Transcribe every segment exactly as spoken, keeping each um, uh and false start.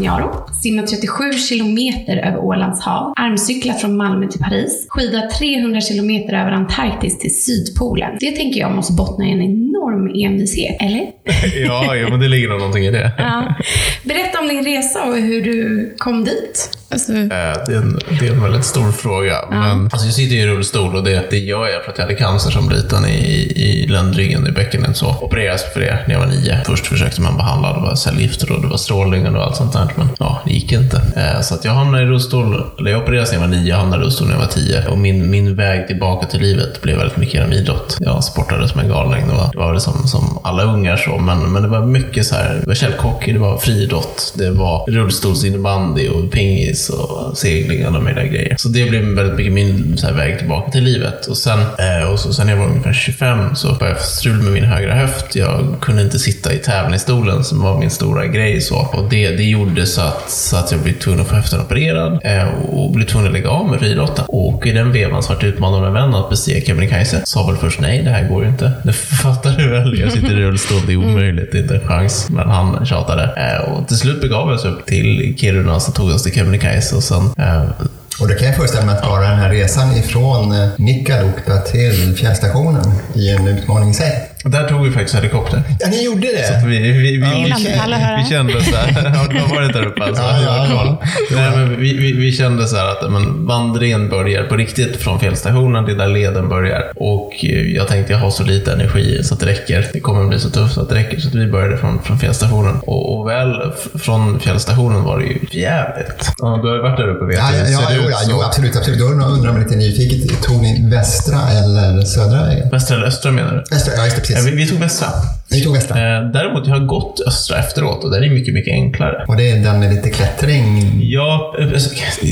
Kilimanjaro, simmat trettiosju kilometer över Ålands hav, armcyklat från Malmö till Paris, skidat trehundra kilometer över Antarktis till Sydpolen. Det tänker jag måste bottna i en enorm envishet, eller? ja, ja, men det ligger nog någonting i det. Ja. Berätta om din resa och hur du kom dit. Alltså... Det, är en, det är en väldigt stor fråga. Ja. Men, alltså jag sitter i rullstol och det, det gör jag för att jag hade cancer som liten i, i ländryggen, i bäckenet. Så opererades för det när jag var nio. Först försökte man behandla, det var cellgifter och det var strålning och allt sånt där. Men ja, det gick inte. Så att jag hamnade i rullstol, eller jag opererades när jag var nio, jag hamnade i rullstol när jag var tio. Och min, min väg tillbaka till livet blev väldigt mycket genom idrott. Jag sportade som en galning. Det var, det var väl som, som alla ungar så. Men, men det var mycket så här, det var källkock, det var friidrott, det var rullstolsinnebandy och pingis och segling och de där grejer. Så det blev väldigt mycket min så här, väg tillbaka till livet. Och sen, eh, och så, sen när jag var ungefär tjugofem så började jag strul med min högra höft. Jag kunde inte sitta i tävlingsstolen som var min stora grej. Så. Och det, det gjorde så att, så att jag blev tvungen att få höften opererad eh, och blev tvungen att lägga av med friidrotten. Och i den vevan så var det utmanad med en vän att bestiga Kebnekaise. Sa väl först nej, det här går ju inte. Det fattar du väl? Jag sitter i rullstol, det är omöjligt, det är inte en chans. Men han tjatade. Eh, och till slut begav jag oss upp till Kiruna, så tog jag oss till Kebnekaise. Och, sen, eh, och det kan jag föreställa mig att bara den här resan ifrån Nikkaluokta till fjällstationen i en utmaning i sig. Där tog vi faktiskt helikopter. Ja, ni gjorde det? Så att vi, vi, vi, ja, vi, vi, vi kände så här, har du varit där uppe alltså? Ja, ja, ja. Nej, men vi, vi, vi kände så här att men, vandringen börjar på riktigt från fjällstationen, det är där leden börjar. Och jag tänkte jag har så lite energi så att det räcker. Det kommer bli så tufft så att det räcker. Så att vi började från, från fjällstationen. Och, och väl f- från fjällstationen var det ju jävligt. Ja, du har ju varit där uppe, vet ja, du. Ja, ja, jo, ja, jo, absolut, absolut. Då undrar man lite nyfiket. Tog ni västra eller södra vägen? Västra eller östra menar du? Västra, ja, just det, precis. Ja, vi, vi tog västra. Vi tog västra. Eh, däremot jag har gått östra efteråt och det är mycket, mycket enklare. Och det är den med lite klättring? Ja, alltså,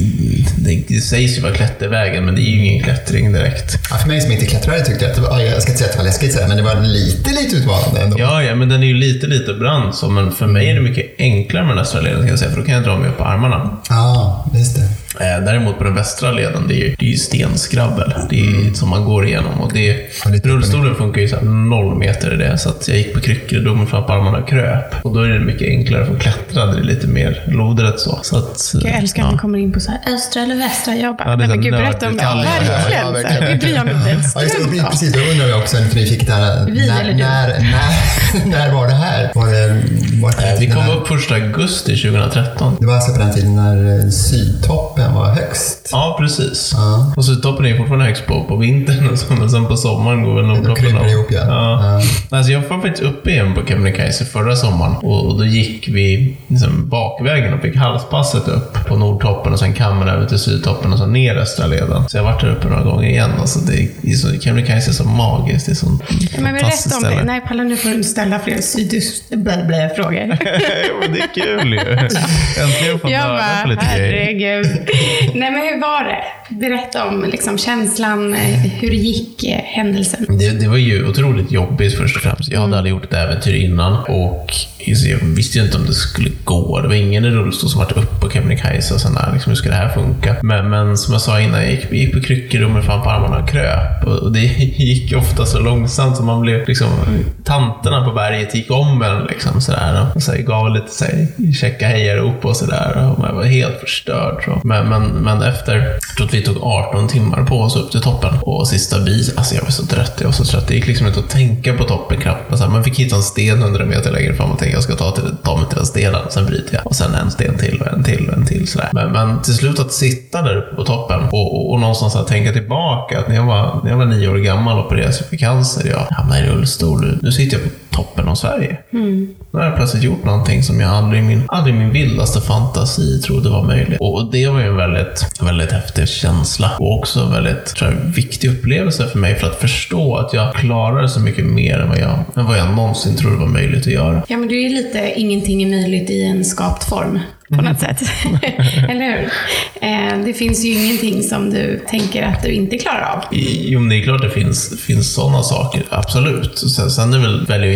det, det sägs ju vara klättervägen, men det är ju ingen klättring direkt. Ja, för mig som inte klättrare tyckte jag att det var, jag ska inte säga att det var läskigt, men det var lite, lite utmanande ändå. Ja, ja, men den är ju lite, lite brant så, men för mig är det mycket enklare med den östra leden, kan jag säga, för då kan jag dra mig upp på armarna. Ja, just det. Eh, däremot på den västra leden, det är ju, det är ju stenskrabbel. Det är ju mm. som man går igenom. Och det, rullstolen funkar ju så här noll meter i det. Så att jag gick på kryckor och drog mig fram på armarna och kröp. Och då är det mycket enklare för att klättra. Det är lite mer lodrätt så. så att, jag älskar att ja. Ni kommer in på så här östra eller västra. Jag bara, ja, nej men gud, berätta om det. Ja, verkligen. Ja, det blir jag inte ens. Ja, just det, precis, då undrar jag också lite nyfiket här. Vi när, eller du? När, när, när var det här? Var det, var det eh, vi kom upp första augusti tjugohundratretton. Det var alltså på den tiden när Sydtoppen var högst. Ja, precis. Ja. Och Sydtoppen är ju fortfarande högst på, på vintern och så, men sen på sommaren går väl Nordtoppen av. Ihop, ja. Ja. Ja. Alltså jag var faktiskt uppe igen på Kebnekaise förra sommaren och då gick vi liksom bakvägen och fick halspasset upp på Nordtoppen och sen kammade över till Sydtoppen och så ner östra leden. Så jag har varit där uppe några gånger igen. Alltså det är så, Kebnekaise är så magiskt. Det är så ja, men berätta om det. Nej, Palla, nu får du ställa fler sydöst-frågor. Jo, det är kul ju. Äntligen får jag bara, på lite herregud. Nej, men hur var det? Berätta om liksom, känslan, hur det gick, händelsen. Det, det var ju otroligt jobbigt först och främst. Jag hade mm. aldrig gjort ett äventyr innan och jag visste ju inte om det skulle gå. Det var ingen i rullstol som varit uppe på Kebnekaise och sådär. Liksom, hur ska det här funka? Men, men som jag sa innan, jag gick, jag gick på kryckor och med fram på armarna och kröp. Och det gick ofta så långsamt så man blev liksom, tanterna på berget gick om en liksom sådär. Och så gav lite så här, checka hejar upp och sådär. Och man var helt förstörd. Så. Men, men, men efter, jag tror att vi tog arton timmar på oss upp till toppen. Och sista bit, alltså jag var så trött. Jag var så trött. Det gick liksom inte att tänka på toppen knappt. Man fick hitta en sten hundra meter längre fram och tänka jag ska ta, till, ta mig till den stenen. Sen bryter jag. Och sen en sten till och en till och en till. Sådär. Men, men till slut att sitta där uppe på toppen och, och, och någonstans att tänka tillbaka att när jag var, när jag var nio år gammal och opererades för cancer, jag hamnade i rullstol. Nu sitter jag på toppen av Sverige. Mm. Nu har jag plötsligt gjort någonting som jag aldrig i min, aldrig min vildaste fantasi trodde var möjligt. Och det var ju en väldigt, väldigt häftig känsla. Och också en väldigt, tror jag, viktig upplevelse för mig för att förstå att jag klarar så mycket mer än vad jag, än vad jag någonsin trodde var möjligt att göra. Ja, men du är lite ingenting är möjligt i en skapt form. På något sätt. Eller hur? Eh, det finns ju ingenting som du tänker att du inte klarar av. Jo, det är klart det finns, finns sådana saker. Absolut. Sen, sen är väl, väljer jag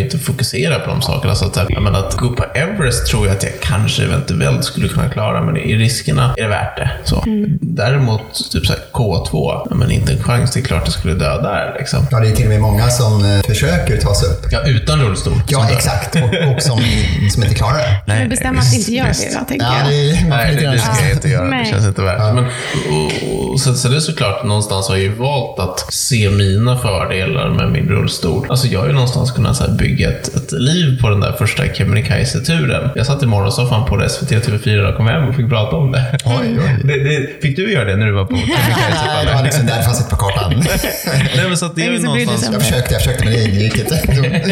inte fokusera på de sakerna. Så att, jag menar, att gå på Everest tror jag att jag kanske eventuellt skulle kunna klara, men i riskerna är det värt det. Så. Mm. Däremot typ så här K två, men inte en chans, det är klart det skulle dö där. Liksom. Ja, det är till och med många som eh, försöker ta sig upp. Ja, utan rullstol. Ja, exakt. Och, och som, som inte klarar det. Nej, men bestämma att inte göra det då, tänker ja, jag. Det, Nej, det, det ska jag inte göra. Nej. Det känns inte värt. Ja. Men, och, och, så, så det är såklart, någonstans har jag ju valt att se mina fördelar med min rullstol. Alltså jag har ju någonstans kunnat så här, bygga ett, ett liv på den där första Kebnekaise-turen. Jag satt i morgonsoffan på S V T T V fyra och kom hem och fick prata om det. Oj, oj. det, det fick du göra det när du var på Kebnekaise? Nej, det var liksom där det fanns ett på kartan. Nej, men så att det är ju någonstans... Jag försökte, jag försökte, men det gick inte.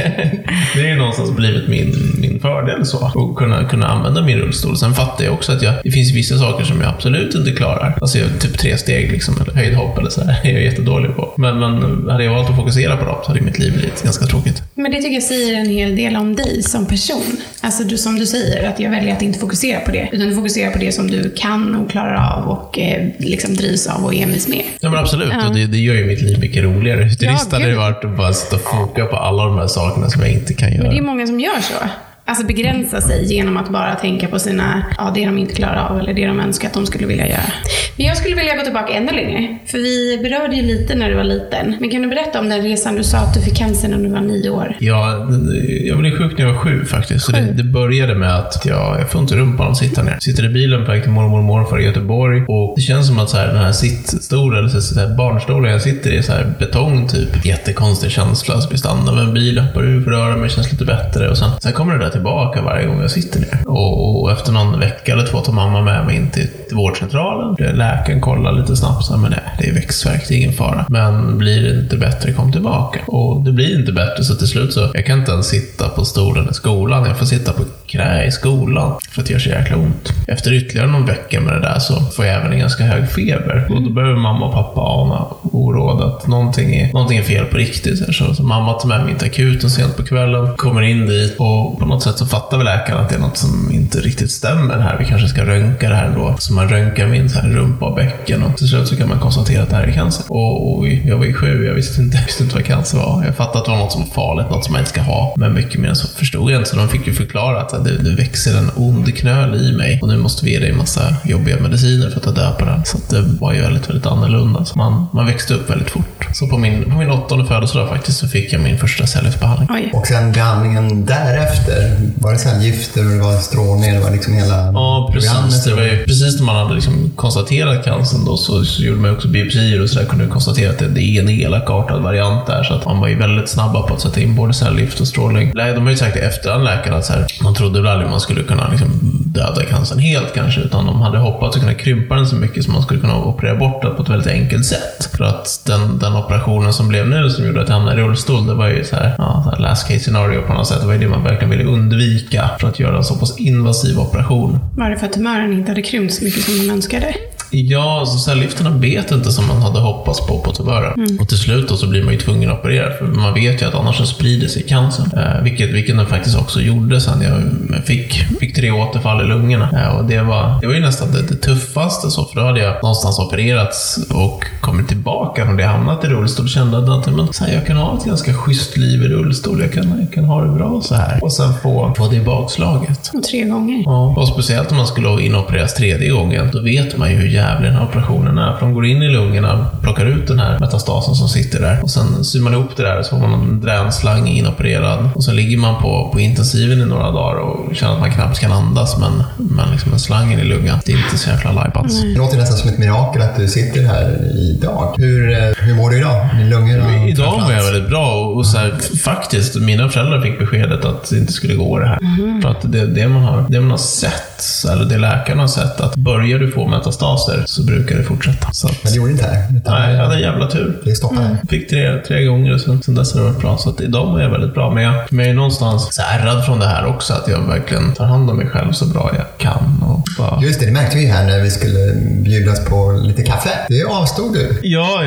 Det är ju någonstans blivit min, min fördel så. Och kunna, kunna använda min rullstol. Sen fattar jag också att jag, det finns vissa saker som jag absolut inte klarar. Alltså jag, typ tre steg liksom, eller höjdhopp eller så här. Jag är jättedålig på. Men, men hade jag valt att fokusera på dem så hade mitt liv blivit ganska tråkigt. Men det tycker jag säger en hel del om dig som person. Alltså du, som du säger, att jag väljer att inte fokusera på det. Utan du fokuserar på det som du kan och klarar av och eh, liksom drivs av och envis med. Ja, men absolut. Ja. Och det, det gör ju mitt liv mycket roligare. Turist Ja, hade det varit att bara sitta och foka på alla de här sakerna som jag inte kan göra. Men det är många som gör så. Alltså begränsa sig genom att bara tänka på sina, ja, det de inte klarar av eller det de önskar att de skulle vilja göra. Men jag skulle vilja gå tillbaka ännu längre. För vi berörde ju lite när du var liten. Men kan du berätta om den resan du sa att du fick cancer när du var nio år? Ja, jag blev sjuk när jag var sju faktiskt. Så det, det började med att jag, jag får inte rum på dem sitta ner. Sitter i bilen på väg till mormor och morfar i Göteborg. Och det känns som att så här, den här sittstolen, eller så här, barnstolen jag sitter i, så här betong typ. Jättekonstig känsla. Så blir stannar med en bil, hoppar ur för röra mig, känns lite bättre. Och sen, sen kommer det där tillbaka varje gång jag sitter ner. Och, och efter någon vecka eller två tar mamma med mig in till, till vårdcentralen. Läkaren kollar lite snabbt så här, men nej, det är växtvärk, det är ingen fara. Men blir det inte bättre, kom tillbaka. Och det blir inte bättre, så till slut så jag kan inte ens sitta på stolen i skolan. Jag får sitta på knä i skolan för att det gör så jäkla ont. Efter ytterligare någon vecka med det där så får jag även en ganska hög feber. Och då behöver mamma och pappa ana oråd att någonting är, någonting är fel på riktigt. Så, så mamma tar med mig till akuten sent på kvällen, kommer in dit och på något sätt så fattar väl läkaren att det är något som inte riktigt stämmer här. Vi kanske ska röntga det här då. Så man röntgar min så här rumpa och bäcken och till slut så kan man konstatera att det här är cancer. Och, och jag var ju sju, jag visste inte, visste inte vad cancer var. Jag fattade att det var något som var farligt, något som man inte ska ha. Men mycket mer så förstod jag inte, så de fick ju förklara att det, det växer en ond knöl i mig och nu måste vi ge dig en massa jobbiga mediciner för att ta död på den. Så det var ju väldigt, väldigt annorlunda. Så man, man växte upp väldigt fort. Så på min, på min åttonde födelsedag faktiskt så fick jag min första cellgiftsbehandling. Oj. Och sen behandlingen därefter, var det cellgifter, det var strålning, det var liksom hela ja, precis. Det var ju precis när man hade liksom konstaterat cancern då, så, så gjorde man också biopsier och så där, kunde du konstatera att det, det är en elakartad variant där, så att man var ju väldigt snabba på att sätta in både cellgift och strålning. De har ju sagt i efterhand läkarna att så här, man trodde väl aldrig man skulle kunna liksom döda cancern helt kanske, utan de hade hoppats att kunna krympa den så mycket som man skulle kunna operera bort det på ett väldigt enkelt sätt. För att den, den operationen som blev nu, som gjorde att jag hamnade i rullstol, det var ju så här, ja, så här last case scenario på något sätt. Det var ju det man verkligen ville undvika för att göra en så pass invasiv operation. Var det för att tumören inte hade krympt så mycket som man önskade? Ja, så cellgifterna bet inte som man hade hoppats på på tumören. Mm. Och till slut då så blir man ju tvungen att operera, för man vet ju att annars så sprider sig cancern. Eh, vilket, vilket den faktiskt också gjorde sen. Jag fick, fick tre återfall i lungorna. Eh, och det var, det var ju nästan det, det tuffaste. Så, för då hade jag någonstans opererats och kommit tillbaka från det jag hamnat i rullstol och kände att men, så här, jag kan ha ett ganska schysst liv i rullstol. Jag kan, jag kan ha det bra så här. Och sen få, få det i bakslaget. Och tre gånger. Ja, och speciellt om man skulle inopereras tredje gången, då vet man ju hur jävligt den här operationen är. För de går in i lungorna, plockar ut den här metastasen som sitter där och sen syr man ihop det där, så får man en dränslang inopererad och så ligger man på, på intensiven i några dagar och känner att man knappt kan andas, men, men liksom en slangen i lungan, det är inte så jävla lajbans. Det låter nästan som ett mirakel att du sitter här idag. Hur, hur mår du idag? Din lungor? Idag mår jag väldigt bra och, och så här, faktiskt, mina föräldrar fick beskedet att det inte skulle gå det här. Mm. För att det, det, man har, det man har sett, eller det läkarna har sett, att börjar du få metastaser så brukar det fortsätta. Så att, men det gjorde inte här? Nej, jag hade en jävla tur. Det stoppade. Mm. Fick tre, tre gånger och sen, sen dess har det varit bra. Så att idag mår jag väldigt bra. Men jag, men jag är någonstans så ärrad från det här också, att jag verkligen tar hand om mig själv så bra jag kan. Och bara... Just det, det märkte vi här när vi skulle bjudas på lite kaffe. Det avstod du. Ja, ja men jag,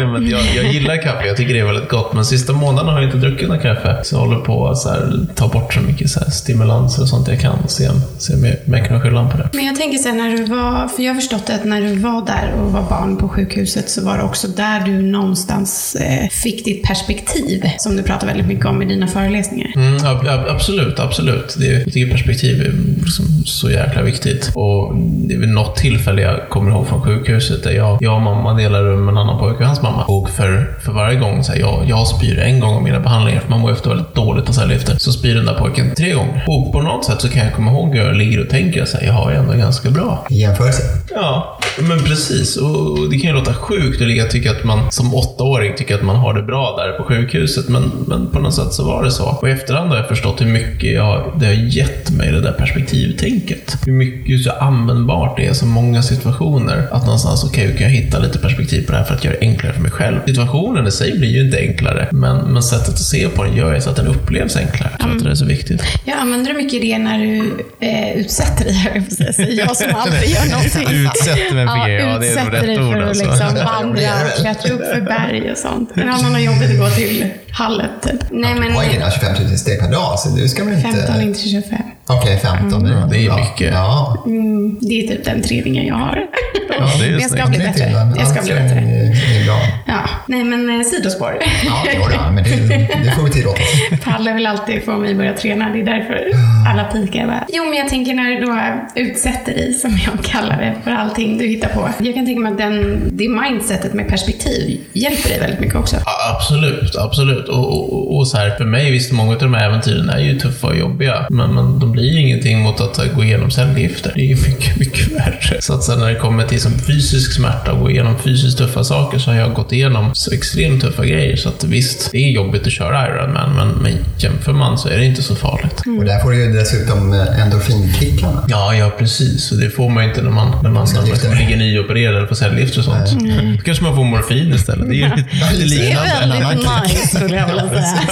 jag gillar kaffe, jag tycker det är väldigt gott. Men sista månaden har jag inte druckit något kaffe. Så jag håller på att så här, ta bort så mycket så här, stimulanser och sånt jag kan. Se om, se om jag kan skylla på det. Men jag tänker sen när du var, för jag har förstått att när du var där och var barn på sjukhuset så var det också där du någonstans eh, fick ditt perspektiv som du pratar väldigt mycket om i dina föreläsningar. Mm, ab- ab- absolut, absolut. Det är, jag tycker perspektiv är liksom så jäkla viktigt. Och det är vid något tillfälle jag kommer ihåg från sjukhuset där jag, jag och mamma delar rum med en annan pojke och hans mamma. Och för, för varje gång så här, jag, jag spyr en gång av mina behandlingar, för man mår efter väldigt dåligt och så här efter, så spyr den där pojken tre gånger. Och på något sätt så kan jag komma ihåg hur jag ligger och tänker så här, jag har ändå ganska bra. I jämförelse. Ja, men precis. Och det kan ju låta sjukt att ligga och tycka att man som åttaåring tycker att man har det bra där på sjukhuset. Men, men på något sätt så var det så. Och i efterhand har jag förstått hur mycket jag, det har gett mig det där perspektivtänket. Hur mycket så användbart det är så många situationer. Att någonstans, okej, okay, kan jag hitta lite perspektiv på det här för att göra det enklare för mig själv. Situationen i sig blir ju inte enklare. Men, men sättet att se på den gör ju så att den upplevs enklare. Jag tror att det är så viktigt. Jag använder mycket det när du eh, utsätter dig här. Jag som aldrig gör någonting. Utsätter mig för ja, ja, det är rätt rätt ord. för att Alltså. liksom vandra och klättra upp för berg och sånt. En annan har jobbet att gå till hallet. Typ. Nej, men... Du har ingen tjugofem tusen steg per dag, så du ska väl inte... femton, inte tjugofem. Okej, okay, femton. Mm. Det är bra. mycket. Ja. Mm, det är typ den träningen jag har. Ja, det är det ska bli bättre. Det ska bli bättre. Det är bra. Ja, nej men sidospår. Ja, det var det. Men det, det får vi tillåta. Palle vill alltid få mig börja träna. Det är därför alla pikar bara. Jo, men jag tänker när du då utsätter dig, som jag kallar det, för allting du hittar på. Jag kan tänka mig att den, det mindsetet med perspektiv hjälper dig väldigt mycket också. Ja, absolut, absolut. Och, och, och så här, för mig, visst, många av de här äventyren är ju tuffa och jobbiga. Men, men de blir ju ingenting mot att gå igenom cellgifter. Det är ju mycket, mycket värre. Så att sen när det kommer till som fysisk smärta och gå igenom fysiskt tuffa saker, så har jag gått igenom så extremt tuffa grejer. Så att visst, det är jobbigt att köra Ironman, men, men jämför man så är det inte så farligt. Mm. Och där får du ju dessutom endorfinkickarna. Ja, ja, precis. Och det får man inte när man, när man, när man liksom ligger nyopererad eller får cellgift och sånt. Mm. Då kanske man får morfin istället. Det är, det är liknande. Det är väldigt nice, skulle jag vilja säga.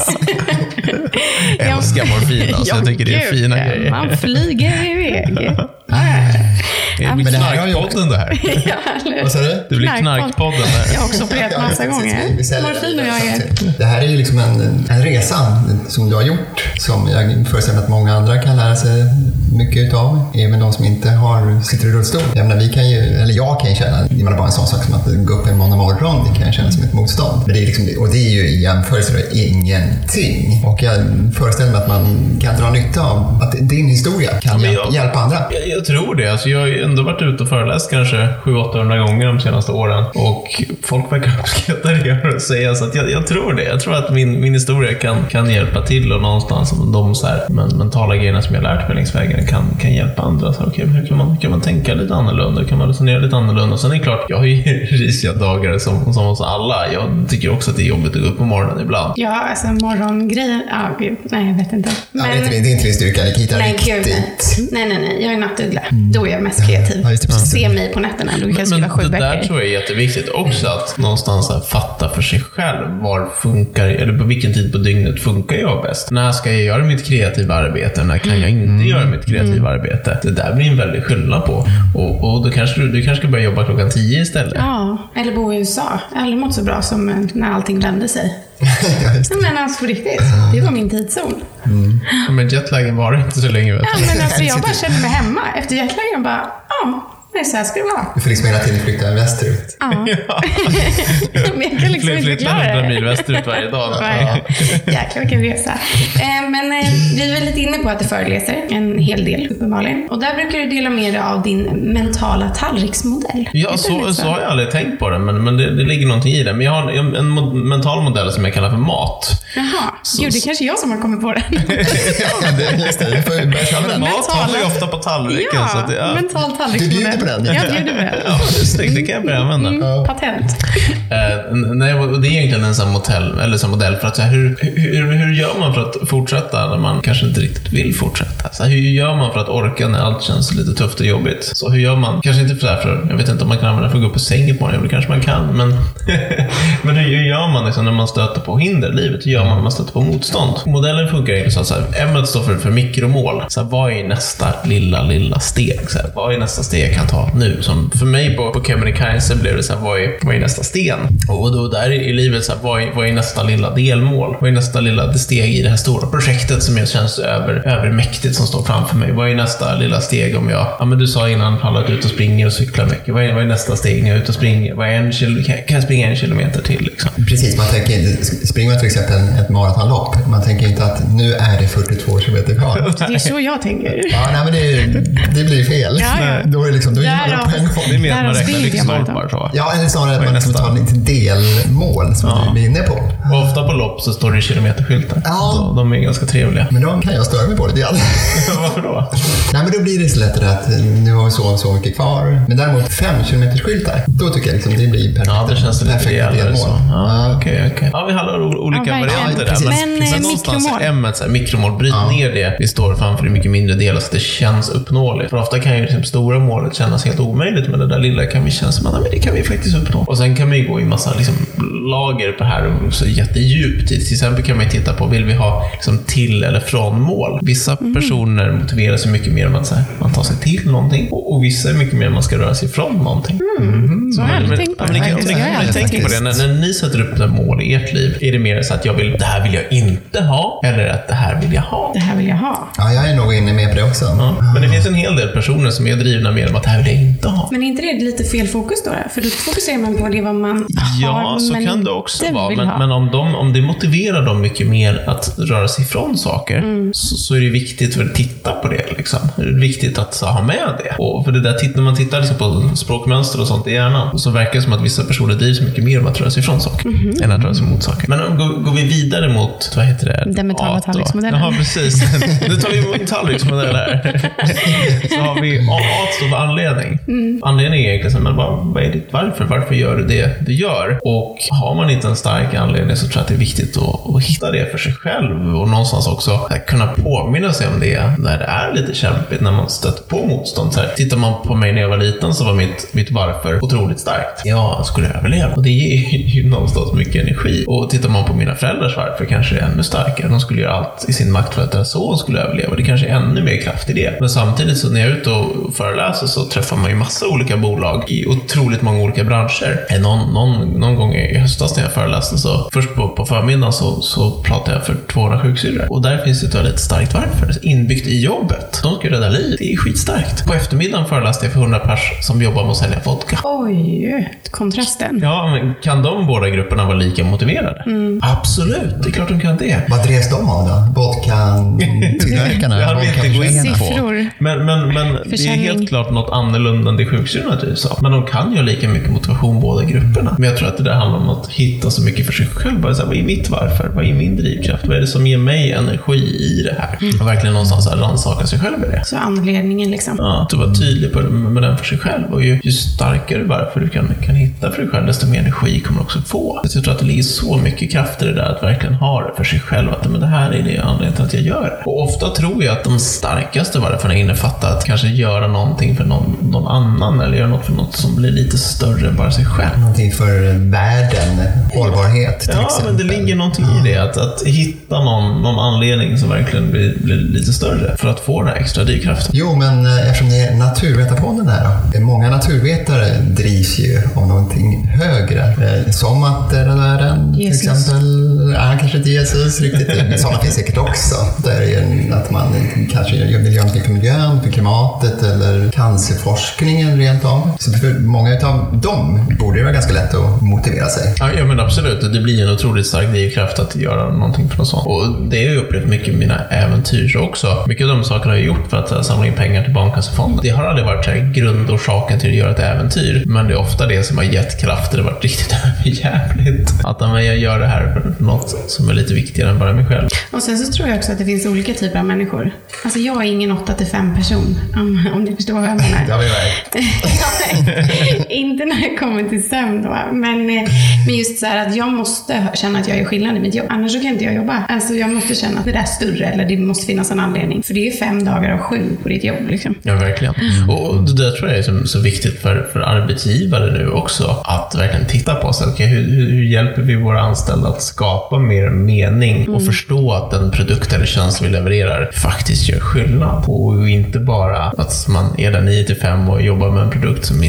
Jag älskar morfin, alltså. Jag tycker det är fina grejer. Man flyger iväg. Det blir knarkpodden det här. Ja, vad sa du? Det blir knarkpodden här. Jag har också opererat massa gånger. Morfin och jag är... Det här är ju liksom en, en resa som du har gjort, som jag föreställer att många andra kan lära sig mycket utav. Även de som inte har, sitter i rullstol. Jag menar, vi kan ju, eller jag kan ju känna, det är bara en sån sak som att gå upp en måndag morgon, det kan jag känna som ett motstånd. Men det är liksom, och det är ju i jämförelse med ingenting. Och jag föreställer mig att man kan dra nytta av att din historia kan ja, jag, hjälpa andra. Jag, jag tror det. Alltså, jag har ju ändå varit ute och föreläst kanske sju till åttahundra gånger de senaste åren. Och folk verkar uppskatta det och säga. Så att jag, jag tror det. Jag tror att min, min historia kan, kan hjälpa till och någonstans de så här, men, mentala grejerna som jag lärt mig längs vägen kan, kan hjälpa andra. Så, okay, hur, kan man, hur kan man tänka lite annorlunda? Hur kan man resonera lite annorlunda? Och sen är det klart, jag har ju risiga dagar som, som oss alla. Jag tycker också att det är jobbigt att gå upp på morgonen ibland. Ja, alltså morgongrejen. Ja, gud. Nej, jag vet inte. Men... Ja, det, är, det är inte din styrka. Nikita, nej, riktigt. Nej, nej, nej. Jag är nattuggla. Mm. Då är jag mest kreativ. Ja, det, se mig på nätterna. Då kan jag skriva sju böcker. Det där tror jag är jätteviktigt också, att någonstans här, fatta för sig själv var funkar, eller på vilken tid på dygnet funkar jag bäst. När ska jag göra mitt kreativa arbete? När kan jag inte mm. göra mitt kreativa mm. arbete? Det där blir en väldigt skillnad på. Och, och då kanske du, du kanske ska börja jobba klockan tio istället. Ja, eller bo i U S A. Jag har aldrig mått så bra som när allting vände sig. Men alltså på riktigt, det var min tidszon. Mm. Men jetlagen var inte så länge, vet ja, men alltså jag bara kände mig hemma. Efter jetlagen bara, ja, nej, så här ska det vara. Du får liksom hela tiden flytta västerut. Ja. Men jag kan liksom inte förklara det. hundra mil västerut varje dag. Ja. Jäklar vilken resa. Men vi är väl lite inne på att du föreläser en hel del, uppenbarligen. Och där brukar du dela med dig av din mentala tallriksmodell. Ja, så, så har jag aldrig tänkt på det, men, men det, det ligger någonting i det. Men jag har en, en mental modell som jag kallar för mat. Jaha, så, gud, det är kanske jag som har kommit på den. Ja, det är just det. Du får börja köra den. Mat har ju ofta på tallriken. Ja, så att det, ja. mental tallriksmodell. Du bjuder på den. Jag bjuder på den. Ja, det är snyggt. Det kan jag börja använda. Mm, patent. Uh, nej, det är egentligen en sån modell, eller sån modell för att så här, hur, hur, hur gör man för att fortsätta när man kanske inte riktigt vill fortsätta? Så här, hur gör man för att orka när allt känns lite tufft och jobbigt? Så hur gör man? Kanske inte för det här, för jag vet inte om man kan använda för att gå upp på sängen på morgonen, det kanske man kan, men, men hur gör man liksom när man stöter på hinder i livet? Hur gör man när man stöter på motstånd? Modellen funkar egentligen så här, M står för, för mikromål. Så här, vad är nästa lilla, lilla steg? Så här, vad är nästa steg jag kan ta nu? Som för mig på, på Kebnekaise blev det så här, vad är, vad är nästa sten? Och då där i livet så här, vad är, vad är nästa lilla delmål? Vad är nästa lilla steg i det här stora projektet som jag känns över, övermäktigt som står framför mig? Vad är nästa lilla steg om jag, ja men du sa innan, pallat ut och springer och cyklar mycket. Vad är, vad är nästa steg när jag är ute och springer? Vad är en kil- kan jag springa en kilometer till liksom? Precis, man tänker inte, springer man till exempel ett maratonlopp, man tänker inte att nu är det fyrtiotvå kilometer kvar. Det är så jag tänker. Ja, nej men det, det blir fel. Ja, ja. Då är det liksom, då är man på en gång. Det är mer att man Därav räknar springer jag lyktstolpar så. Ja, eller snarare att Vad är man liksom nästa? tar lite delmål som Ja. vi är inne på. Och ofta på lopp så står det kilometerskyltar. Ja. Så de är ganska trevliga. Men då kan jag störa mig på det igen. Varför då? Nej, men då blir det så lätt att nu har vi så så mycket kvar. Men däremot fem kilometers skyltar, då tycker jag liksom det blir perfekt. Ja, det känns lite perfekta rejälare så. Ja, Ja. okej, okej. Ja, vi har o- olika Ja, verkligen. varianter Ja, där. precis. Men, eh, någonstans mikromål. är M, så här, mikromål, bryt Ja. ner det. Vi står framför i mycket mindre delar så att det känns uppnåeligt. För ofta kan ju det stora målet kännas helt omöjligt, men det där lilla kan vi känna som att nej, men det kan vi faktiskt uppnå. Och sen kan vi gå i massa liksom, lager på här och så jättedjupt. Till exempel kan man ju titta på, vill vi ha liksom, till eller från mål? Vissa Mm. personer motiverar sig mycket mer om att så här, man tar sig till någonting och, och vissa är mycket mer om man ska röra sig ifrån någonting. Mm. Så har jag aldrig Men- tänkt på ja, det. men ni kan- faktiskt. ni Jag kan- har ni aldrig tänker på tänkt. det. När, när ni sätter upp ett mål i ert liv, är det mer så att jag vill, det här vill jag inte ha, eller att det här vill jag ha? Det här vill jag ha. Ja, jag är nog inne med på det också. Ja. Men det finns en hel del personer som är drivna mer om att det här vill jag inte ha. Men är inte det lite fel fokus då? För då fokuserar man på det vad man Ja, har, så men kan det också inte vara. vill Men, ha. men om, de, om det motiverar dem mycket mer att röra sig ifrån saker, Mm. så, så är det viktigt för att titta på det. Liksom. Det är viktigt att så, ha med det. Och för det där, när man tittar liksom på språkmönster och sånt i hjärnan, så verkar det som att vissa personer drivs mycket mer om att röra sig ifrån saker, Mm-hmm. än att röra sig mot saker. Men om, går, går vi vidare mot, vad heter det? Den mentala Art då? tallriksmodellen. Ja, precis. Nu tar vi emot tallriksmodell här. Så har vi A står för anledning. Mm. Anledning är egentligen så, men vad, vad är ditt varför? Varför gör du det du gör? Och har man inte en stark anledning så tror jag att det är viktigt att, att hitta det för sig själv och någonstans också kunna påminna sig om det när det är lite kämpigt, när man stöter på motstånd. Så här, tittar man på mig när jag var liten så var mitt, mitt varför otroligt starkt. Jag skulle överleva. Och det ger ju någonstans mycket energi. Och tittar man på mina föräldrars varför kanske det är ännu starkare. De skulle göra allt i sin makt för att deras son skulle överleva. Det kanske är ännu mer kraft i det. Men samtidigt så när jag är ute och föreläser så träffar man ju massa olika bolag i otroligt många olika branscher. Någon, någon, någon gång i höstas när jag föreläste så först på, på förmiddagen så, så pratade jag för tvåhundra sjuksyrror. Och där finns det ett väldigt starkt varför. Inbyggt i jobbet. De ska rädda liv. Det är skitstarkt. På eftermiddagen föreläste jag för hundra pers som jobbar med att sälja vodka. Oj, kontrasten. Ja, men kan de båda grupperna vara lika motiverade? Absolut, det är klart de kan det. Vad drevs de av då? Vodka-tillverkarna? Det har vi inte gått in på. Siffror. Men, men, men det är Försäljning. helt klart något annorlunda än det sjuksyrorna drivs av. Men de kan ju ha lika mycket motivation båda grupperna. Men jag tror att det där handlar om att hitta så mycket för sig själv. Bara så här, vad är mitt varför? Vad är min drivkraft? Vad är det som ger mig energi i det här? Och verkligen någonstans så här rannsaka sig själv i det. Så anledningen liksom. Ja, att du var tydlig på det, med den för sig själv. Och ju, ju starkare varför du kan, kan hitta för dig själv, desto mer energi kommer du också få. Jag tror att det ligger så mycket kraft i det där att verkligen ha det för sig själv. Att men det här är det anledningen till att jag gör det. Och ofta tror jag att de starkaste varför innefattar att kanske göra någonting för någon, någon annan. Eller göra något för något som blir lite större än bara sig själv. Någonting för världen, hållbarhet till Ja, exempel. men det ligger någonting i det. Att, att hitta någon, någon anledning som verkligen blir, blir lite större för att få den här extra drivkraften. Jo, men eh, eftersom det är Naturvetarfonden här då. Många naturvetare drivs ju av någonting högre. Eh, Som att rädda världen till Jesus. exempel. Ja, kanske inte Jesus riktigt. Men sådana finns säkert också. Där är ju att man kanske vill göra någonting för miljön, för klimatet eller cancerforskningen rent av. Så för många av dem borde det vara ganska lätt att motivera sig. Ja, ja, men absolut. Det blir en otroligt stark drivkraft att göra någonting för något sånt. Och det har jag upplevt mycket i mina äventyr också. Mycket av de sakerna jag har gjort för att samla in pengar till Barncancerfonden. Det har aldrig varit så här grundorsaken till att göra ett äventyr. Men det är ofta det som har gett kraft. Det har varit riktigt jävligt. Att men, jag gör det här för något som är lite viktigare än bara mig själv. Och sen så tror jag också att det finns olika typer av människor. Alltså jag är ingen åtta till fem person, om, om ni förstår vad jag menar. Det har vi märkt. Inte när det kommer till sömn då. Men, eh, men just så här att jag måste känna att jag gör skillnad i mitt jobb. Annars så kan inte jag jobba. Alltså jag måste känna att det där är större. Eller det måste finnas en anledning. För det är fem dagar av sju på ditt jobb liksom. Ja, verkligen. Och det där tror jag är så, så viktigt för, för arbetsgivare nu också. Att verkligen titta på sig. Okay, hur, hur, hur hjälper vi våra anställda att skapa mer mening och mm. förstå att den produkt eller tjänst vi levererar faktiskt gör skillnad. Och inte bara att man är där nio till fem och jobbar med en produkt som inte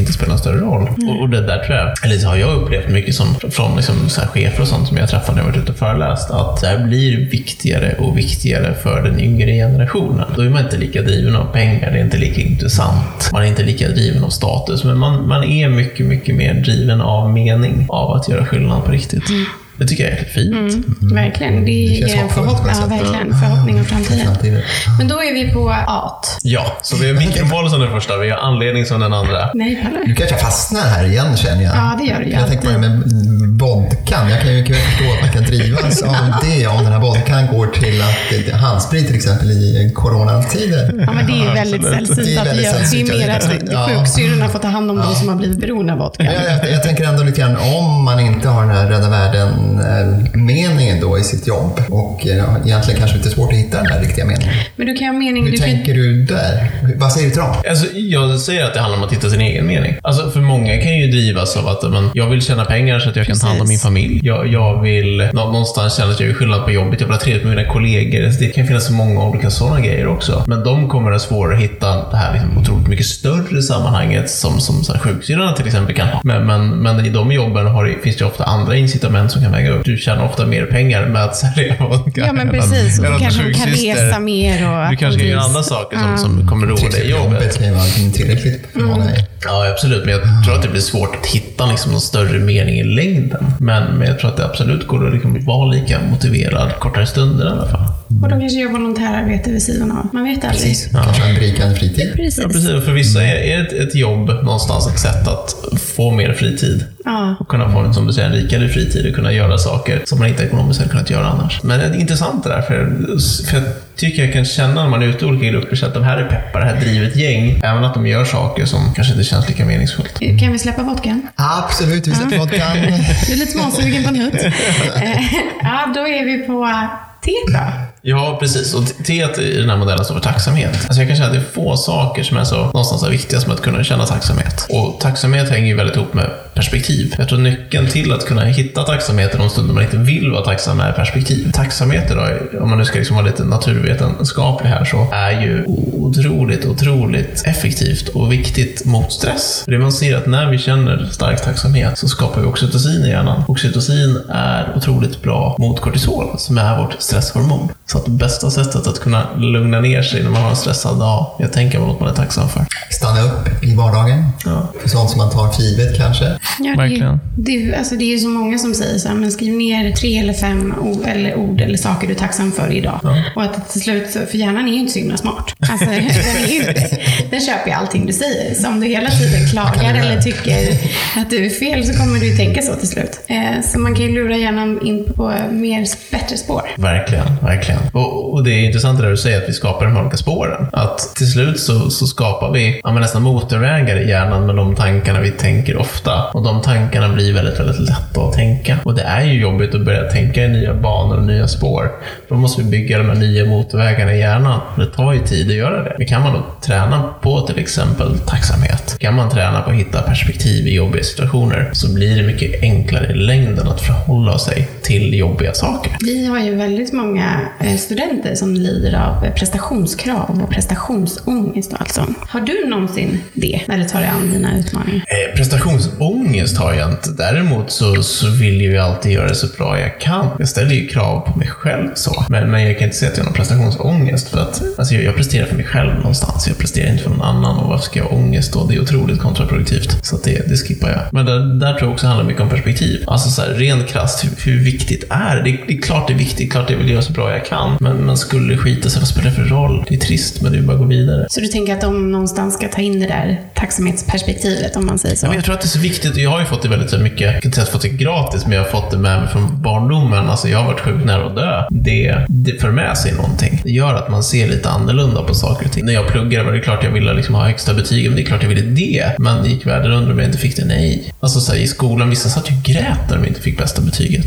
inte spelar en större roll. Mm. Och, och det där tror jag, eller så har jag upplevt mycket som, från liksom så här chefer och sånt som jag träffar när jag varit ute och föreläst, att det här blir viktigare och viktigare för den yngre generationen. Då är man inte lika driven av pengar, det är inte lika intressant. Man är inte lika driven av status, men man, man är mycket, mycket mer driven av mening, av att göra skillnad på riktigt. Mm. Det tycker jag är fint. Mm, mm. Verkligen. Det ger en förhoppning, ja, verkligen. förhoppning om framtiden. Men då är vi på art. Ja, så vi har mikroboll som den första. Vi har anledning som den andra. Nej, heller. Du kanske fastnar här igen, känner jag. Ja, det gör du. Jag tänker på det med vodkan. Jag kan ju förstå att man kan drivas av det om den här vodkan går till att handsprit till exempel i coronatider. Ja, men det är ju väldigt ja, sällsynt att det gör. Det är mer att sjuksyrorna får ta hand om ja. de som har blivit beroende av vodkan. Ja, jag, jag tänker ändå lite grann om man inte har den här rädda världen meningen då i sitt jobb och ja, egentligen kanske lite svårt att hitta den här riktiga meningen. Men du kan ha mening. Hur du tänker kan... du där? Vad säger du till dem? Alltså, jag säger att det handlar om att hitta sin egen mening. Alltså, för många kan ju drivas av att men, jag vill tjäna pengar så att jag Precis. kan ta hand om min familj. Jag, jag vill någonstans känna att jag är skillnad på jobbet. Jag vill ha trevligt med mina kollegor. Så det kan finnas så många olika sådana grejer också. Men de kommer att svårare att hitta det här liksom, otroligt mycket större sammanhanget som, som så här, sjuksyrorna till exempel kan ha. Men, men, men i de jobben har, finns det ofta andra incitament som kan väga upp. Du tjänar ofta mer pengar med att sälja vodka. Ja, men precis. Och du kanske kan resa mer. Och du kanske kan göra andra saker som, ja. som kommer roa dig i jobbet. Jobbet kan ju vara tillräckligt för många. Mm. Ja, absolut. Men jag tror att det blir svårt att hitta liksom, någon större mening i längden. Men, men jag tror att det absolut går att liksom, vara lika motiverad kortare stunder i alla fall. Och de kanske gör volontärarbete vid sidan av. Man vet aldrig. Precis. Ja. Kanske en berikande fritid. Precis. Ja, precis. Och för vissa är, är ett, ett jobb någonstans ett sätt att få mer fritid. Ja. Och kunna få, som du säger, en rikare fritid och kunna göra saker som man inte ekonomiskt hade kunnat göra annars. Men det är intressant det där, för, för jag tycker jag kan känna när man är ute i olika grupper så att de här är peppar, det här driver ett gäng, även att de gör saker som kanske inte känns lika meningsfullt. Kan vi släppa vodkan? Absolut, vi släpper vodkan. Du är lite småsugen på en hutt. Ja, då är vi på te då. Ja, precis. Och teet i den här modellen står för tacksamhet. Alltså jag kan känna att det är få saker som är så någonstans är viktiga som att kunna känna tacksamhet. Och tacksamhet hänger ju väldigt ihop med perspektiv. Jag tror nyckeln till att kunna hitta tacksamhet i de stunder man inte vill vara tacksam är perspektiv. Tacksamhet då, om man nu ska liksom vara lite naturvetenskaplig här, så är ju otroligt, otroligt effektivt och viktigt mot stress. För det man ser att när vi känner stark tacksamhet så skapar vi oxytocin i hjärnan. Oxytocin är otroligt bra mot kortisol som är vårt stresshormon. Så att det bästa sättet att kunna lugna ner sig när man har en stressad dag, jag tänker på något man är tacksam för. Stanna upp i vardagen. Ja. För sånt som man tar för givet kanske. Ja, verkligen. Det är, det, alltså det är ju så många som säger så här, men skriv ner tre eller fem ord eller, ord eller saker du är tacksam för idag. Ja. Och att till slut, för hjärnan är ju inte så himla smart. Alltså, den, är ju inte, den köper ju allting du säger. Så om du hela tiden klagar eller tycker att du är fel så kommer du ju tänka så till slut. Eh, så man kan ju lura hjärnan in på mer bättre spår. Verkligen, verkligen. Och, och det är intressant det du säger att vi skapar de här olika spåren. Att till slut så, så skapar vi ja, men nästan motorvägar i hjärnan med de tankarna vi tänker ofta. Och de tankarna blir väldigt, väldigt lätta att tänka. Och det är ju jobbigt att börja tänka i nya banor och nya spår. Då måste vi bygga de här nya motorvägarna i hjärnan. Det tar ju tid att göra det. Men kan man då träna på till exempel tacksamhet? Kan man träna på att hitta perspektiv i jobbiga situationer så blir det mycket enklare i längden att förhålla sig till jobbiga saker. Vi har ju väldigt många studenter som lider av prestationskrav och prestationsångest och allt sånt. Har du någonsin det när du tar dig an dina utmaningar? Eh, prestationsångest har jag inte. Däremot så, så vill jag ju alltid göra det så bra jag kan. Jag ställer ju krav på mig själv så. Men, men jag kan inte säga att jag har någon prestationsångest för att alltså jag, jag presterar för mig själv någonstans. Jag presterar inte för någon annan och varför ska jag ha ångest då? Det är otroligt kontraproduktivt. Så att det, det skippar jag. Men där, där tror jag också handlar mycket om perspektiv. Alltså så här, rent krasst, hur, hur viktigt är det? det? Det är klart det är viktigt, klart jag vill göra så bra jag kan. Men man skulle skita sig, vad spelar det för roll? Det är trist, men det är bara att gå vidare. Så du tänker att de någonstans ska ta in det där tacksamhetsperspektivet, om man säger så? Ja, men jag tror att det är så viktigt. Jag har ju fått det väldigt så mycket, jag kan inte säga att jag fått det gratis, men jag har fått det med mig från barndomen. Alltså jag har varit sjukt nära att dö. Det, det för med sig någonting. Det gör att man ser lite annorlunda på saker och ting. När jag pluggade var det klart jag ville liksom ha högsta betyg, men det är klart jag ville det. Men det gick världen under om jag inte fick det, nej. Alltså så här, i skolan, vissa satt ju grät när de inte fick bästa betyget. Men det är sjukt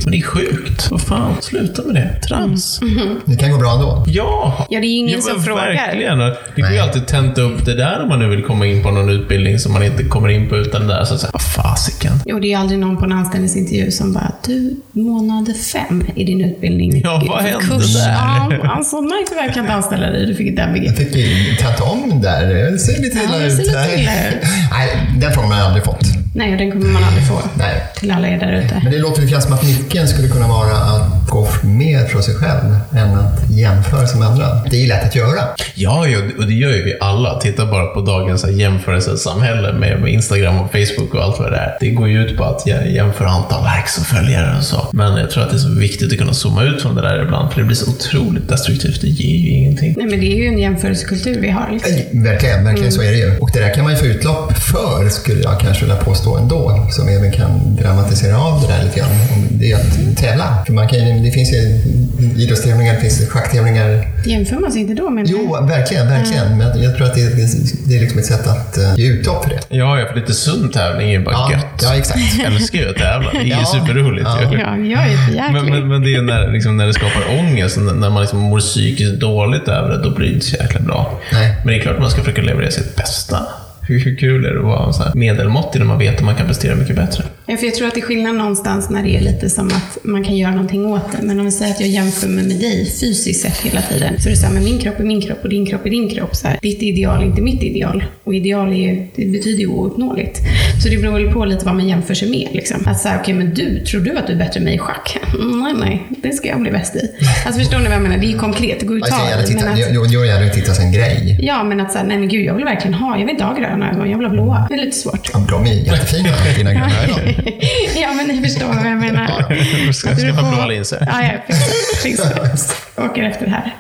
sjukt. Vad fan, sluta med det. Trams. Mm. Mm-hmm. Det kan gå bra ändå. Ja. Ja, det är ju ingen som frågar. Verkligen. Det går ju alltid tenta upp det där om man nu vill komma in på någon utbildning som man inte kommer in på utan det där. Så att säga, vad fasiken. Jo, det är aldrig någon på en anställningsintervju som bara, du, månad fem i din utbildning. Ja, vad hände kurs. där? Ja, alltså, nej, tyvärr kan inte anställa dig. Du fick ett M V G. Jag fick ju ta om där. Det ser lite illa Ja, det ut. ser lite illa ut. Nej, den frågan har jag aldrig fått. Nej, och den kommer man aldrig få. Nej. Till alla er där ute. Men det låter lite grann som att nyckeln skulle kunna vara att gå mer från sig själv än att jämföra sig med andra. Det är ju lätt att göra. Ja, och det gör ju vi alla. Titta bara på dagens jämförelsesamhälle med, med Instagram och Facebook och allt vad det är. Det går ju ut på att jämföra antal likes och följare och så. Men jag tror att det är så viktigt att kunna zooma ut från det där ibland, för det blir så otroligt destruktivt. Det ger ju ingenting. Nej, men det är ju en jämförelsekultur vi har. Liksom. Verkligen, verkligen mm. så är det ju. Och det där kan man ju få utlopp för, skulle jag kanske vilja påstå ändå, som även kan dramatisera av det där lite grann. Det är att tävla. För man kan, det finns ju idrottstävlingar, det finns schacktävlingar. Jämför man sig inte då med det? Jo, verkligen, verkligen. Mm. Men jag tror att det, det, det är liksom ett sätt att uh, ge utlopp för det. Ja, för lite sund tävling är ju bara ja, gött. Ja, exakt. Jag älskar ju att tävla. Det är ja, ju superroligt. Ja, ju. ja jag är jäkligt. Men, men, men det är när, liksom, när det skapar ångest, när man liksom mår psykiskt dåligt över det, då blir det inte så jäkla bra. Nej. Men det är klart att man ska försöka leverera sitt bästa. Hur kul är det att vara så här medelmåttig när man vet att man kan prestera mycket bättre? Ja, för jag tror att det är skillnad någonstans när det är lite som att man kan göra någonting åt det. Men om vi säger att jag jämför mig med dig fysiskt sett hela tiden, så är det så här, men min kropp är min kropp och din kropp är din kropp. Så här, ditt ideal är inte mitt ideal. Och ideal är ju, det betyder ju ouppnåeligt. Så det beror väl på lite vad man jämför sig med. Liksom. Att säga, okej, okay, men du, tror du att du är bättre än mig i schack? Nej, nej, det ska jag bli bäst i. Alltså förstår ni vad jag menar? Det är ju konkret, det går ju att ta jag, men att, jag, jag gör gärna titta som en grej. Ja, men att säga, nej men gud, jag vill verkligen ha, jag vill inte ha gröna ögon, jag vill ha blåa. Det är lite svårt. Ja, de är jättefina, dina gröna ögon. Ja, men ni förstår vad jag menar. Du ska skaffa blåa linser. Ja, ja, precis. Åker efter det här.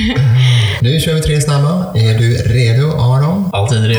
Nu kör vi tre snabba. Är du redo, Aron? Alltid redo.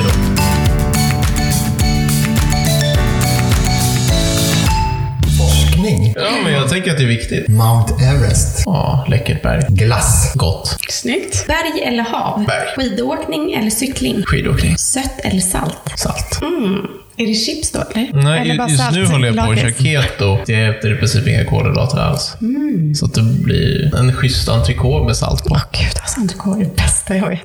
Forskning. Ja, men jag tänker att det är viktigt. Mount Everest. Ja, läckert berg. Glass. Gott. Snyggt. Berg eller hav? Berg. Skidåkning eller cykling? Skidåkning. Sött eller salt? Salt. Mm. Är det chips då, eller? Nej, eller bara just salt, nu håller jag på att köra lakrits? keto. Det äter i princip inga kolhydrater alls. Mm. Så att det blir en schysst entrecote med salt på. Åh gud, alltså entrecote är det bästa jag vet.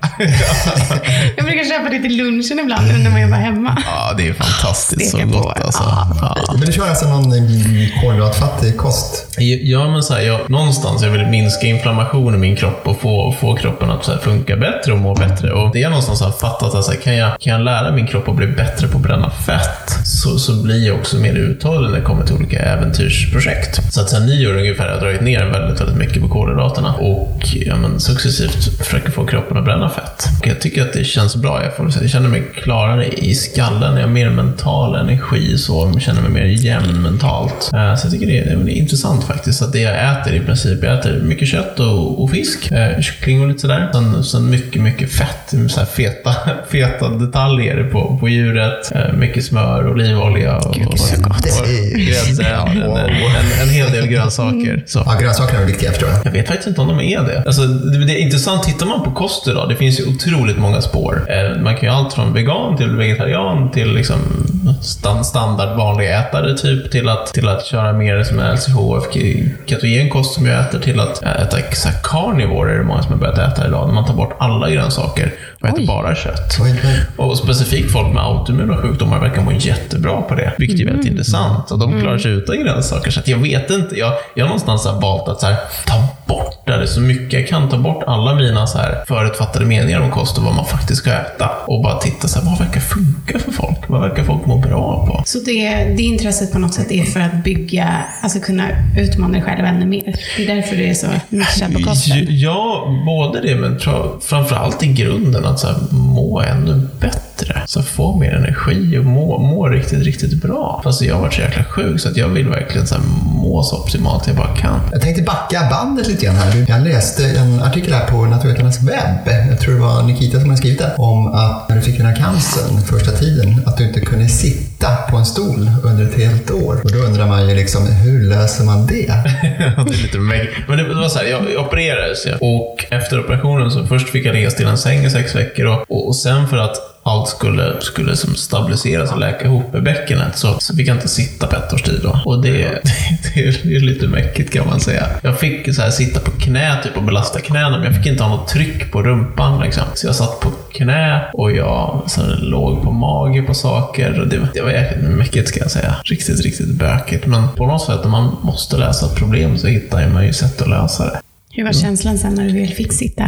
Jag brukar köpa det till lunchen ibland när man jobbar hemma. Ja, det är fantastiskt. Steka så på. gott alltså. Ja. Ja. Men du kör alltså någon kolhydratfattig kost? Ja, men så här, jag, någonstans jag vill minska inflammation i min kropp och få, få kroppen att så här, funka bättre och må bättre. Och det är någonstans har fattat att så här, kan, jag, kan jag lära min kropp att bli bättre på att bränna fett, så, så blir jag också mer uthållig när det kommer till olika äventyrsprojekt. Så att sen nio år ungefär har jag dragit ner väldigt, väldigt mycket på kolhydraterna och ja, men, successivt försöker få kroppen att bränna fett. Och jag tycker att det känns bra. Jag, får säga, jag känner mig klarare i skallen. Jag har mer mental energi, så jag känner mig mer jämn mentalt. Så jag tycker det är, det är intressant faktiskt att det jag äter i princip, jag äter mycket kött och, och fisk, eh, kyckling och lite sådär. Sen, sen mycket, mycket fett, så här feta, feta detaljer på, på djuret. Eh, mycket smör, olivolja och, Gud, och, och, så gott. och grönsaker. Ja, en, en, en hel del grönsaker. Så. Ja, grönsakerna är viktiga, förstår jag. Jag vet faktiskt inte om de är det. Alltså, det, det är intressant. Tittar man på kost idag, det finns ju otroligt många spår. Eh, man kan ju allt från vegan till vegetarian till liksom stand, standard vanliga ätare typ, till att, till att köra mer som L C H F, ketogen kost som jag äter, till att äta så här carnivore är det många som har börjat äta idag. När man tar bort alla grönsaker och äter Oj. bara kött. Oj, oj. Och specifikt folk med autoimmuna sjukdomar verkar må jättebra på det, vilket är väldigt mm. intressant. Och de klarar sig utan grönsaker. Så att jag vet inte, jag, jag har någonstans har valt att så här, ta bort det så mycket jag kan, ta bort alla mina så här förutfattade meningar om kost och vad man faktiskt ska äta. Och bara titta så här, vad verkar funka för folk? Vad verkar folk må bra på? Så det, det intresset på något sätt är för att bygga, alltså kunna utmana dig själv ännu mer. Det är därför det är så nischad på kosten. Ja, både det, men tror, framförallt i grunden att så här, må ännu bättre. Så få mer energi och må, må riktigt, riktigt bra. Fast jag har varit så jäkla sjuk så att jag vill verkligen så här, må så optimalt jag bara kan. Jag tänkte backa bandet lite grann här. Jag läste en artikel här på Naturvetarnas webb. Jag tror det var Nikita som hade skrivit det. Om att när du fick den här cancern första tiden, att du inte kunde sitta på en stol under ett helt år. Och då undrar man ju liksom, hur löser man det? Det är lite meg- Men det var så här, jag opererades och efter operationen så först fick jag ligga still en säng i sex veckor och, och, och sen för att allt skulle, skulle som stabiliseras och läka ihop i bäckenet, så, så fick jag inte sitta på ett års tid då. Och det, det, det, är, det är lite mäckigt kan man säga. Jag fick så här sitta på knä typ och belasta knäna, men jag fick inte ha något tryck på rumpan liksom. Så jag satt på knä och jag så här, låg på mage på saker, och det, det var jäkligt mäckigt ska jag säga. Riktigt, riktigt bökigt. Men på något sätt om man måste lösa ett problem så hittar man ju sätt att lösa det. Hur var känslan sen när du väl fick sitta?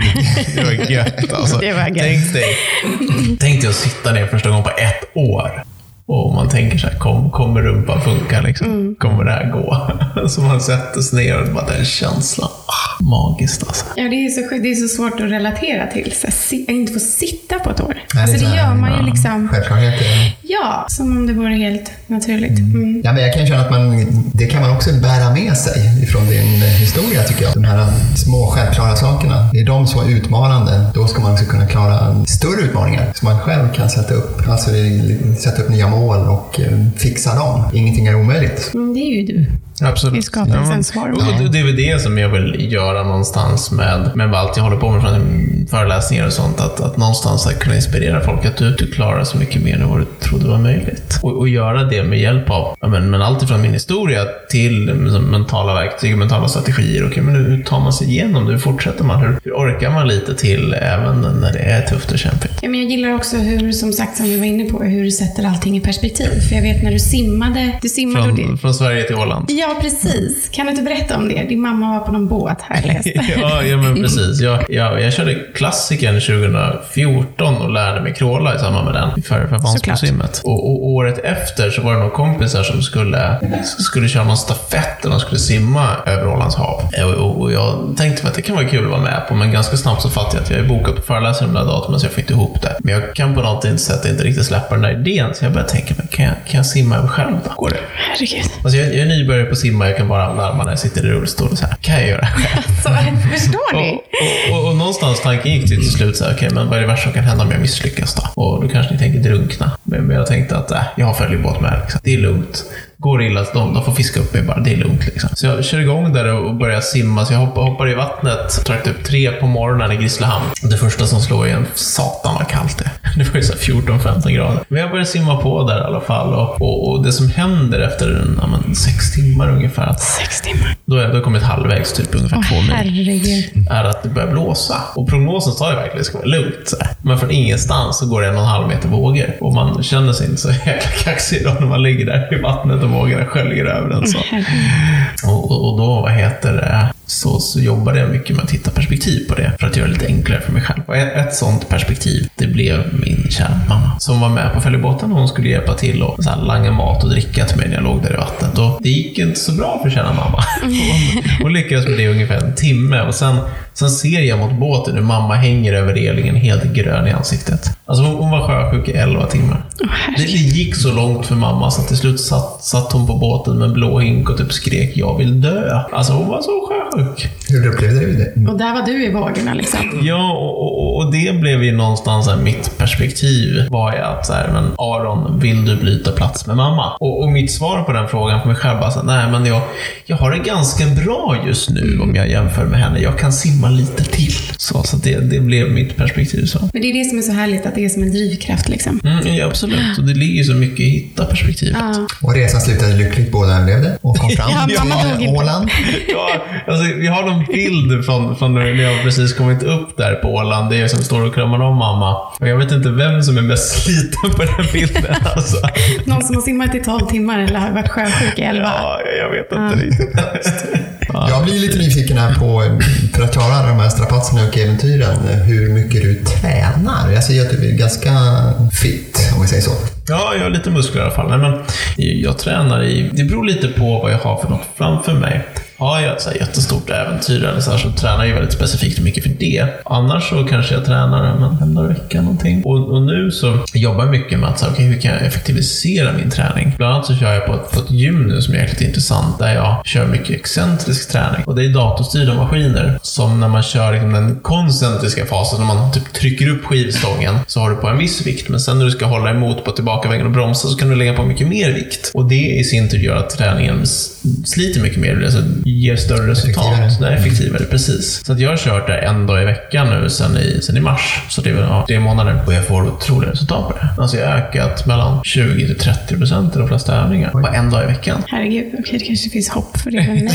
Det var gött alltså. Det var gött. Tänk dig, tänk dig att sitta ner första gången på ett år. Och man tänker så här, kom, kommer rumpan funka liksom? Mm. Kommer det här gå? Så man sätter sig ner och bara den känslan. Ah, magiskt alltså. Ja, det är så, det är så svårt att relatera till. Så att inte få sitta på ett år. Nej, alltså det, det gör man ju liksom... Självklarheter. Ja, som om det vore helt naturligt. Mm. Ja, men jag kan känna att man, det kan man också bära med sig ifrån din historia tycker jag. De här små självklara sakerna, det är de som är utmanande. Då ska man också kunna klara större utmaningar som man själv kan sätta upp. Alltså sätta upp nya mål och fixa dem. Ingenting är omöjligt. Mm, det är ju du. Absolut. I skapelsens form. Ja. Det är väl det som jag vill göra någonstans med, med allt jag håller på med från föreläsningar och sånt. Att, att någonstans att kunna inspirera folk att du, du klarar så mycket mer än vad du trodde var möjligt. Och, och göra det med hjälp av men, men allt ifrån min historia till mentala verktyg, mentala strategier. Okej, men hur tar man sig igenom det? Hur fortsätter man? Hur, hur orkar man lite till även när det är tufft och kämpigt? Ja, men jag gillar också hur, som sagt, som vi var inne på, hur du sätter allting i perspektiv. För jag vet när du simmade... Du simmade från, och det, från Sverige till Åland. Ja, precis. Kan du inte berätta om det? Din mamma var på någon båt här, jag läste. ja, ja, men precis. Jag, jag, jag körde klassikern tjugohundrafjorton och lärde mig kråla i samband med den för, för Vansbrosimmet. Och, och året efter så var det några kompisar som skulle, skulle köra någon stafett och de skulle simma över Ålands hav. Och, och jag tänkte att det kan vara kul att vara med på, men ganska snabbt så fattade jag att jag är bokat på föreläsare de där datumen så jag fick inte ihop det. Men jag kan på något sätt inte riktigt släppa den där idén, så jag började tänka, men kan jag, kan jag simma över själv då? Går det? Herregud. Alltså jag, jag är nybörjare på att simma, jag kan bara använda när jag sitter i rullstol och så här. Kan jag göra det själv? Så, förstår ni? Och, och, och, och någonstans tanken gick till, till slut så här, okej, okay, men vad är det värsta som kan hända om jag misslyckas då? Och då kanske ni tänker drunkna. Men, men jag tänkte att äh, jag har följebåt med liksom. Det är lugnt. Går det illa, de, de får fiska upp mig bara, det är lugnt liksom. Så jag kör igång där och börjar simma, så jag hoppar, hoppar i vattnet, tar upp tre på morgonen i Grisslehamn. Det första som slår igen, satan vad kallt det. Det var ju så fjorton femton grader. Men jag börjar simma på där i alla fall, och, och, och det som händer efter ja, men, sex timmar ungefär, att, sex timmar. Då har jag kommit halvvägs, typ ungefär Åh, två mil, herregud. är att det börjar blåsa. Och prognosen sa ju verkligen att det ska vara lugnt. Så här. Men från ingenstans så går det en och en halv meter vågor. Och man känner sig inte så jäkla kaxig då när man ligger där i vattnet och vågorna sköljer över den. Så. Och, och, och då, vad heter det? Så, så jobbade jag mycket med att hitta perspektiv på det för att göra det lite enklare för mig själv. Och ett, ett sånt perspektiv, det blev min kära mamma som var med på följerbåten och hon skulle hjälpa till och så här, langa mat och dricka till mig när jag låg där i vattnet. Och det gick inte så bra för kära mamma. Hon, hon lyckades med det i ungefär en timme och sen, sen ser jag mot båten hur mamma hänger över relingen helt grön i ansiktet. Alltså hon, hon var sjösjuk i elva timmar. Oh, det, det gick så långt för mamma så att till slut satt, satt hon på båten med en blå hink och typ skrek jag vill dö. Alltså hon var så sjösjuk. Hur upplevde du det? Och där var du i vågorna liksom. Ja, och, och, och det blev ju någonstans här, mitt perspektiv var ju att så här, men Aron, vill du byta plats med mamma? Och, och mitt svar på den frågan för mig själv var så här, nej men jag, jag har det ganska bra just nu om jag jämför med henne. Jag kan simma lite till. Så, så det, det blev mitt perspektiv så. Men det är det som är så härligt, att det är som en drivkraft liksom. Mm, ja, absolut. Och det ligger så mycket i att hitta perspektivet. Ja. Och resan slutade lyckligt, båda överlevde och kom fram Ja, mamma dog till inte. Åland. Ja, alltså, vi har någon bild från, från när jag precis kommit upp där på Åland. Det är som står och kramar om mamma. Och jag vet inte vem som är mest sliten på den bilden. Alltså. Någon som har simmat i tolv timmar eller har varit sjösjuk i elva. Ja, jag vet inte riktigt. Ja. Jag blir lite nyfiken här på, för att klara de här strapatserna och äventyren, hur mycket du tränar. Jag ser att du är ganska fit, om vi säger så. Ja, jag har lite muskler i alla fall. Nej, men jag tränar i... Det beror lite på vad jag har för något framför mig. Har jag ett så här jättestort äventyr eller så, här, så tränar jag väldigt specifikt mycket för det. Annars så kanske jag tränar en fem dagar i veckan någonting. Och, och nu så jobbar jag mycket med att säga, okay, hur kan jag effektivisera min träning? Bland annat så kör jag på ett, på ett gym nu som är jäkligt intressant, där jag kör mycket excentrisk träning. Och det är datorstyrda maskiner som när man kör liksom den koncentriska fasen, när man typ trycker upp skivstången så har du på en viss vikt. Men sen när du ska hålla emot på tillbakavägen och bromsa så kan du lägga på mycket mer vikt. vikt. Och det i sin tur gör att träningen sliter mycket mer, alltså ger större resultat. Effektivare. Nej, effektivare, precis. Så att jag har kört det en dag i veckan nu sen i, sen i mars. Så det är väl ja, det är månader och jag får otroliga resultat på det. Alltså jag har ökat mellan tjugo till trettio procent i de flesta övningar på en dag i veckan. Herregud, okej, det kanske finns hopp för det. Men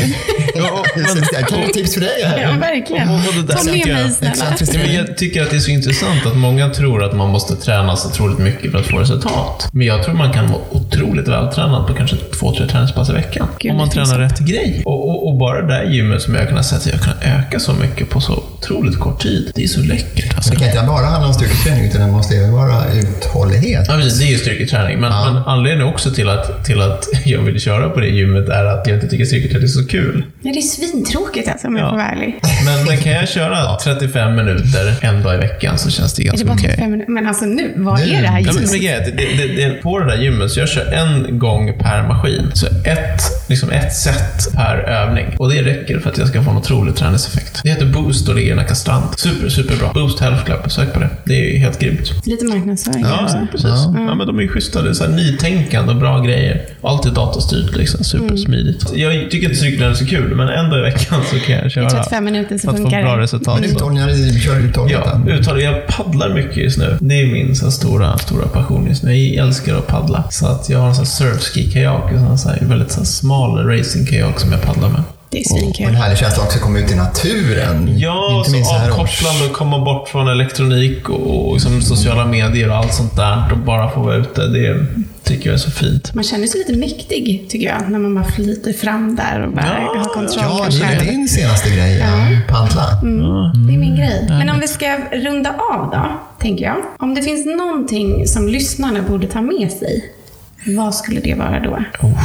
jag kan tips för dig här. Ja, verkligen. Och, och det där Ta med mig snälla. Jag tycker att det är så intressant att många tror att man måste träna så otroligt mycket för att få resultat. Men jag tror man kan vara otroligt vältränad på kanske två, tre träningspass i veckan. Gud, om man tränar rätt grej. Och, och, och bara det där gymmet som jag kan säga att jag kan öka så mycket på så otroligt kort tid. Det är så läckert. Alltså. Det kan inte bara handla om styrketräning utan det måste ju vara uthållighet. Ja, precis, det är ju styrketräning. Men, ja. men anledningen också till att, till att jag vill köra på det gymmet är att jag inte tycker styrketräning är så kul. Ja, det är svintråkigt alltså, om jag får vara ärlig. Men, men kan jag köra trettiofem minuter en dag i veckan så känns det ganska okej. Okay. Men alltså nu, vad nu. är det här gymmet? Ja, det, det, det, det, på det där gymmet så jag kör en gång per maskin. Så ett, liksom ett set per övning. Och det räcker för att jag ska få en otrolig träningseffekt. Det heter Boost och ligger i Nacka strand. Super, super bra. Boost Health Club, sök på det. Det är helt grymt. Lite marknadsföring. Ja, också. precis. Ja. Ja, men de är ju schyssta. Det är så här nytänkande och bra grejer. Allt är datastyrt, liksom. Supersmidigt. Mm. Jag tycker inte cykeln är så kul, men en dag i veckan så kan jag köra. I trettiofem minuter så funkar det. Bra resultat. Men uthålligare, kör uthållighet. Ja, uthållighet. Jag paddlar mycket just nu. Det är min så stora, stora passion just nu. Jag älskar att paddla. Så att jag har en sån surfski-kajak, en sån här väldigt så smal racing-kajak som jag paddlar med. Det är svinkul. Och en härlig känsla också att komma ut i naturen. Ja, inte minst så avkopplande och komma bort från elektronik och, och liksom sociala medier och allt sånt där och bara få vara ute. Det tycker jag är så fint. Man känner sig lite mäktig, tycker jag, när man bara flyter fram där och bara ja, har kontroll. Ja, det är din senaste grej. Ja. Paddla. Mm. Mm. Det är min grej. Men om vi ska runda av då, tänker jag. Om det finns någonting som lyssnarna borde ta med sig, vad skulle det vara då? Oh.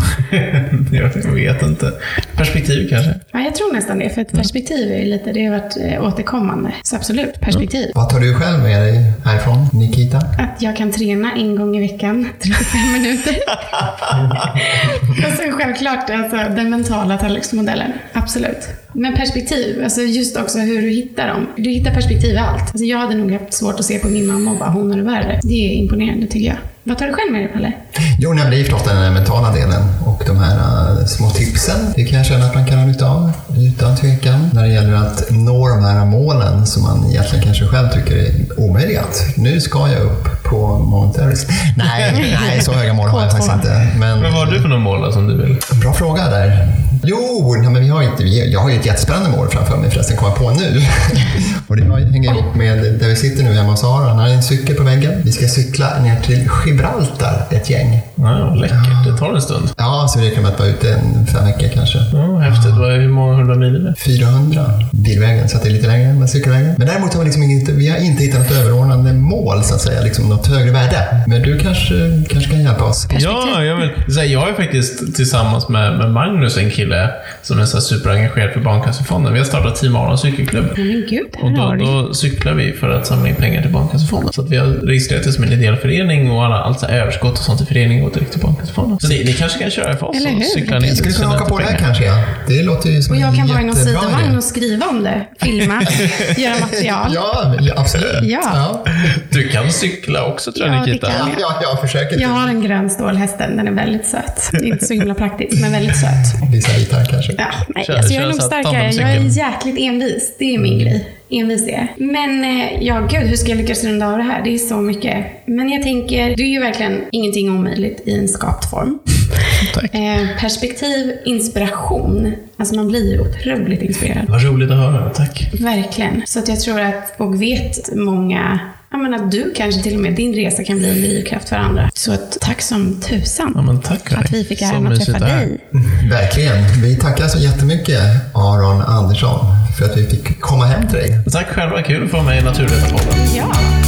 Jag vet inte. Perspektiv kanske? Ja, jag tror nästan det. För ett perspektiv är lite, det har varit återkommande. Så absolut, perspektiv. Mm. Vad tar du själv med dig härifrån, Nikita? Att jag kan träna en gång i veckan, trettiofem minuter. Och sen självklart alltså, den mentala tallriksmodellen. Absolut. Men perspektiv, alltså just också hur du hittar dem. Du hittar perspektiv i allt. Alltså jag hade nog haft svårt att se på min mamma och bara, hon har det värre. Det är imponerande, tycker jag. Vad tar du själv med dig, Palle? Jo, nej, det är förstås den mentala delen och de här uh, små tipsen. Det kan jag känna att man kan ha nytta av, utan tvekan. När det gäller att nå de här målen som man egentligen kanske själv tycker är omöjliga. Nu ska jag upp på Mount Everest. Nej, nej, så höga mål har jag faktiskt inte. Men, men vad har du för några mål som du vill? Bra fråga där. Jo, nej, men vi har inte, jag har ju ett jättespännande mål framför mig förresten, kommer på nu. Och det hänger ihop med där vi sitter nu hemma hos Sara. Han har en cykel på väggen. Vi ska cykla ner till Gibraltar, ett gäng. Ja, läckert. Det tar en stund. Ja, så det kan man vara ute en fem veckor kanske. Ja, häftigt. Vad är hur många hundra mil är det? fyrahundra bilvägen, så att det är lite längre med cykelvägen. Men däremot har vi, liksom inte, vi har inte hittat något överordnande mål, så att säga. Liksom något högre värde. Men du kanske, kanske kan hjälpa oss. Ja, jag vill säga, jag är faktiskt tillsammans med, med Magnus, en kille som är så superengagerad för Barncancerfonden. Vi har startat Team Aron cykelklubb. Men gud, och då, då cyklar vi för att samla in pengar till Barncancerfonden. Så att vi har registrerat det som en ideell förening och alla, allt så överskott och sånt i föreningen går direkt till Barncancerfonden. Så ni, ni kanske kan köra för oss och cykla ner. Vi skulle kunna åka på det här kanske, ja. Det låter ju som och jag en kan vara i någon jättebra sidovagn och skriva om det. Filma, göra material. Ja, absolut. Ja. Ja. Du kan cykla också, tror jag, ja, Nikita. Ja, ja, jag försöker. Jag har en grön stålhästen, den är väldigt söt. Det är inte så himla praktiskt, men väldigt söt. Vissa bitar kanske. Ja, nej, kör, alltså jag är kör nog starkare. Jag är jäkligt envis. Det är min mm. grej. Envis är. Men ja, gud, hur ska jag lyckas runda av det här? Det är så mycket. Men jag tänker, du är ju verkligen ingenting omöjligt i en skapt form. Tack. Eh, perspektiv, inspiration. Alltså man blir ju otroligt inspirerad. Vad roligt att höra, tack. Verkligen. Så att jag tror att, och vet många, jag menar, du kanske till och med, din resa kan bli en drivkraft för andra. Så att, tack som tusan. Ja, men tack, att vi fick äran att träffa dig. Mm, verkligen. Vi tackar så jättemycket, Aron Andersson, för att vi fick komma hem till dig. Tack själva, kul att få vara med i Naturvetarpodden. Ja.